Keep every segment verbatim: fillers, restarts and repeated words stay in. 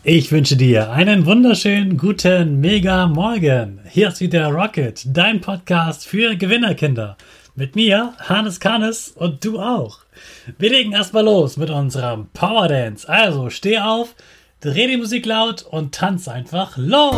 Ich wünsche dir einen wunderschönen guten Mega Morgen. Hier ist wieder Rocket, dein Podcast für Gewinnerkinder. Mit mir, Hannes Kannes, und du auch. Wir legen erstmal los mit unserem Power Dance. Also steh auf, dreh die Musik laut und tanz einfach los.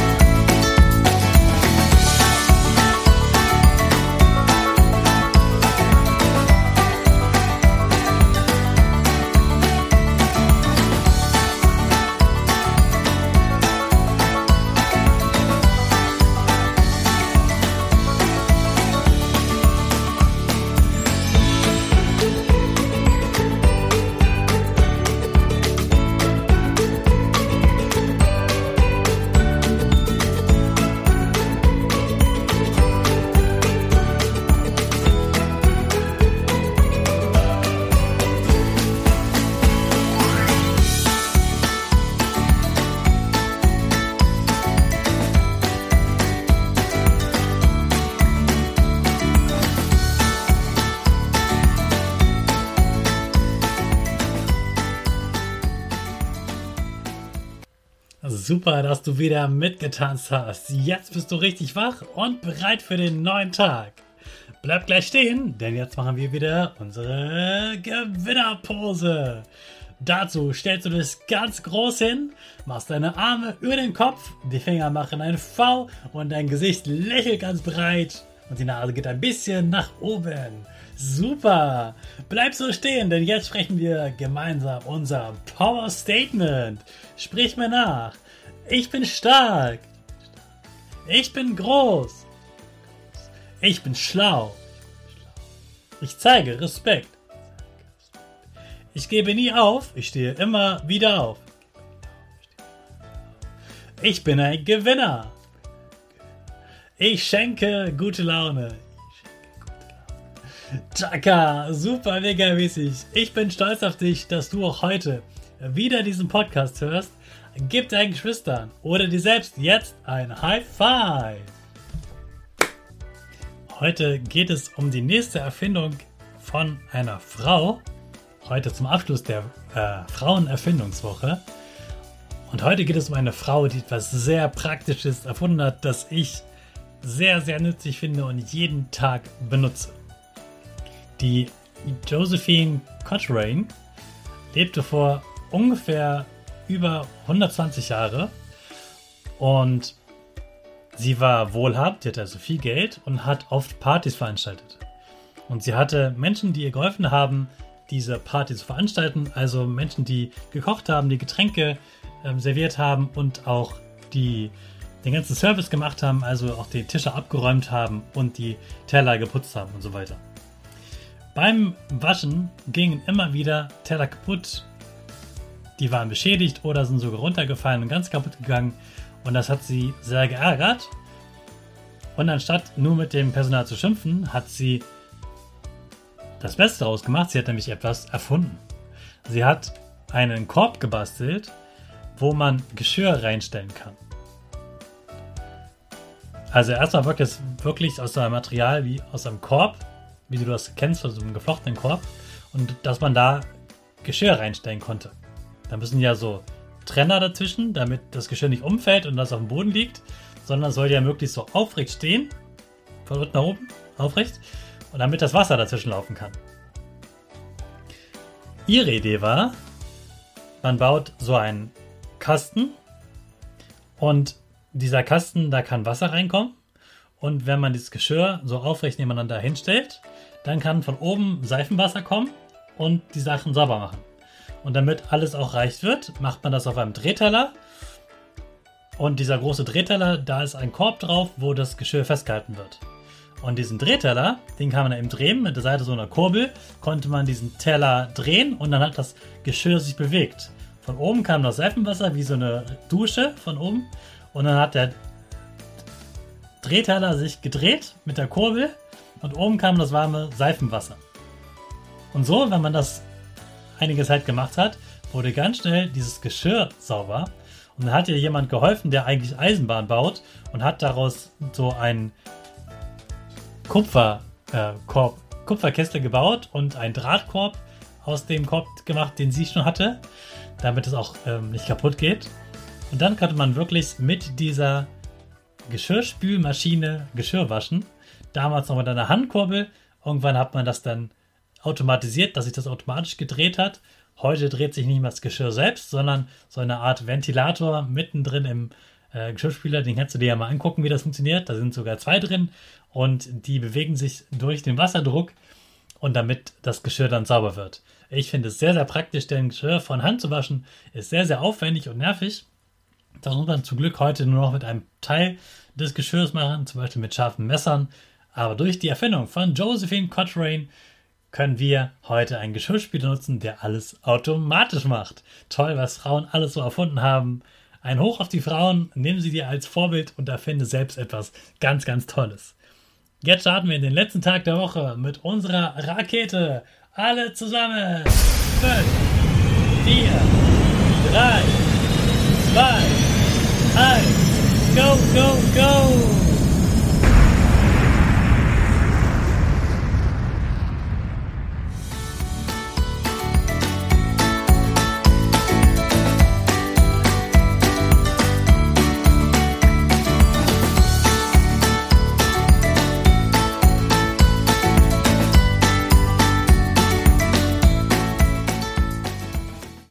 Super, dass du wieder mitgetanzt hast. Jetzt bist du richtig wach und bereit für den neuen Tag. Bleib gleich stehen, denn jetzt machen wir wieder unsere Gewinnerpose. Dazu stellst du dich ganz groß hin, machst deine Arme über den Kopf, die Finger machen ein V und dein Gesicht lächelt ganz breit und die Nase geht ein bisschen nach oben. Super! Bleib so stehen, denn jetzt sprechen wir gemeinsam unser Power Statement. Sprich mir nach. Ich bin stark. Ich bin groß. Ich bin schlau. Ich zeige Respekt. Ich gebe nie auf. Ich stehe immer wieder auf. Ich bin ein Gewinner. Ich schenke gute Laune. Chaka, super mega mäßig. Ich bin stolz auf dich, dass du auch heute wieder diesen Podcast hörst. Gib deinen Geschwistern oder dir selbst jetzt ein High Five. Heute geht es um die nächste Erfindung von einer Frau. Heute zum Abschluss der äh, Frauenerfindungswoche. Und heute geht es um eine Frau, die etwas sehr Praktisches erfunden hat, das ich sehr, sehr nützlich finde und jeden Tag benutze. Die Josephine Cochrane lebte vor ungefähr über hundertzwanzig Jahre und sie war wohlhabend, sie hatte also viel Geld und hat oft Partys veranstaltet. Und sie hatte Menschen, die ihr geholfen haben, diese Partys zu veranstalten, also Menschen, die gekocht haben, die Getränke äh, serviert haben und auch die den ganzen Service gemacht haben, also auch die Tische abgeräumt haben und die Teller geputzt haben und so weiter. Beim Waschen gingen immer wieder Teller kaputt, die waren beschädigt oder sind sogar runtergefallen und ganz kaputt gegangen und das hat sie sehr geärgert. Und anstatt nur mit dem Personal zu schimpfen, hat sie das Beste daraus gemacht. Sie hat nämlich etwas erfunden. Sie hat einen Korb gebastelt, wo man Geschirr reinstellen kann. Also erstmal wirkt es wirklich aus einem Material wie aus einem Korb, wie du das kennst, also einem geflochtenen Korb, und dass man da Geschirr reinstellen konnte. Da müssen ja so Trenner dazwischen, damit das Geschirr nicht umfällt und das auf dem Boden liegt, sondern es soll ja möglichst so aufrecht stehen, von unten nach oben, aufrecht, und damit das Wasser dazwischen laufen kann. Ihre Idee war, man baut so einen Kasten und dieser Kasten, da kann Wasser reinkommen. Und wenn man dieses Geschirr so aufrecht nebeneinander hinstellt, dann kann von oben Seifenwasser kommen und die Sachen sauber machen. Und damit alles auch reich wird, macht man das auf einem Drehteller. Und dieser große Drehteller, da ist ein Korb drauf, wo das Geschirr festgehalten wird. Und diesen Drehteller, den kann man eben drehen. Mit der Seite so einer Kurbel konnte man diesen Teller drehen und dann hat das Geschirr sich bewegt. Von oben kam das Seifenwasser wie so eine Dusche von oben. Und dann hat der Drehteller sich gedreht mit der Kurbel und oben kam das warme Seifenwasser. Und so, wenn man das einige Zeit gemacht hat, wurde ganz schnell dieses Geschirr sauber. Und dann hat ihr jemand geholfen, der eigentlich Eisenbahn baut und hat daraus so einen Kupferkorb, äh, Kupferkiste gebaut und einen Drahtkorb aus dem Korb gemacht, den sie schon hatte. damit es auch ähm, nicht kaputt geht. Und dann konnte man wirklich mit dieser Geschirrspülmaschine Geschirr waschen. Damals noch mit einer Handkurbel. Irgendwann hat man das dann automatisiert, dass sich das automatisch gedreht hat. Heute dreht sich nicht mehr das Geschirr selbst, sondern so eine Art Ventilator mittendrin im äh, Geschirrspüler. Den kannst du dir ja mal angucken, wie das funktioniert. Da sind sogar zwei drin und die bewegen sich durch den Wasserdruck und damit das Geschirr dann sauber wird. Ich finde es sehr, sehr praktisch, denn Geschirr von Hand zu waschen ist sehr, sehr aufwendig und nervig. Das muss man zum Glück heute nur noch mit einem Teil des Geschirrs machen, zum Beispiel mit scharfen Messern. Aber durch die Erfindung von Josephine Cochrane können wir heute einen Geschirrspüler nutzen, der alles automatisch macht. Toll, was Frauen alles so erfunden haben. Ein Hoch auf die Frauen, nehmen sie dir als Vorbild und erfinde selbst etwas ganz, ganz Tolles. Jetzt starten wir in den letzten Tag der Woche mit unserer Rakete. Alle zusammen. fünf, vier,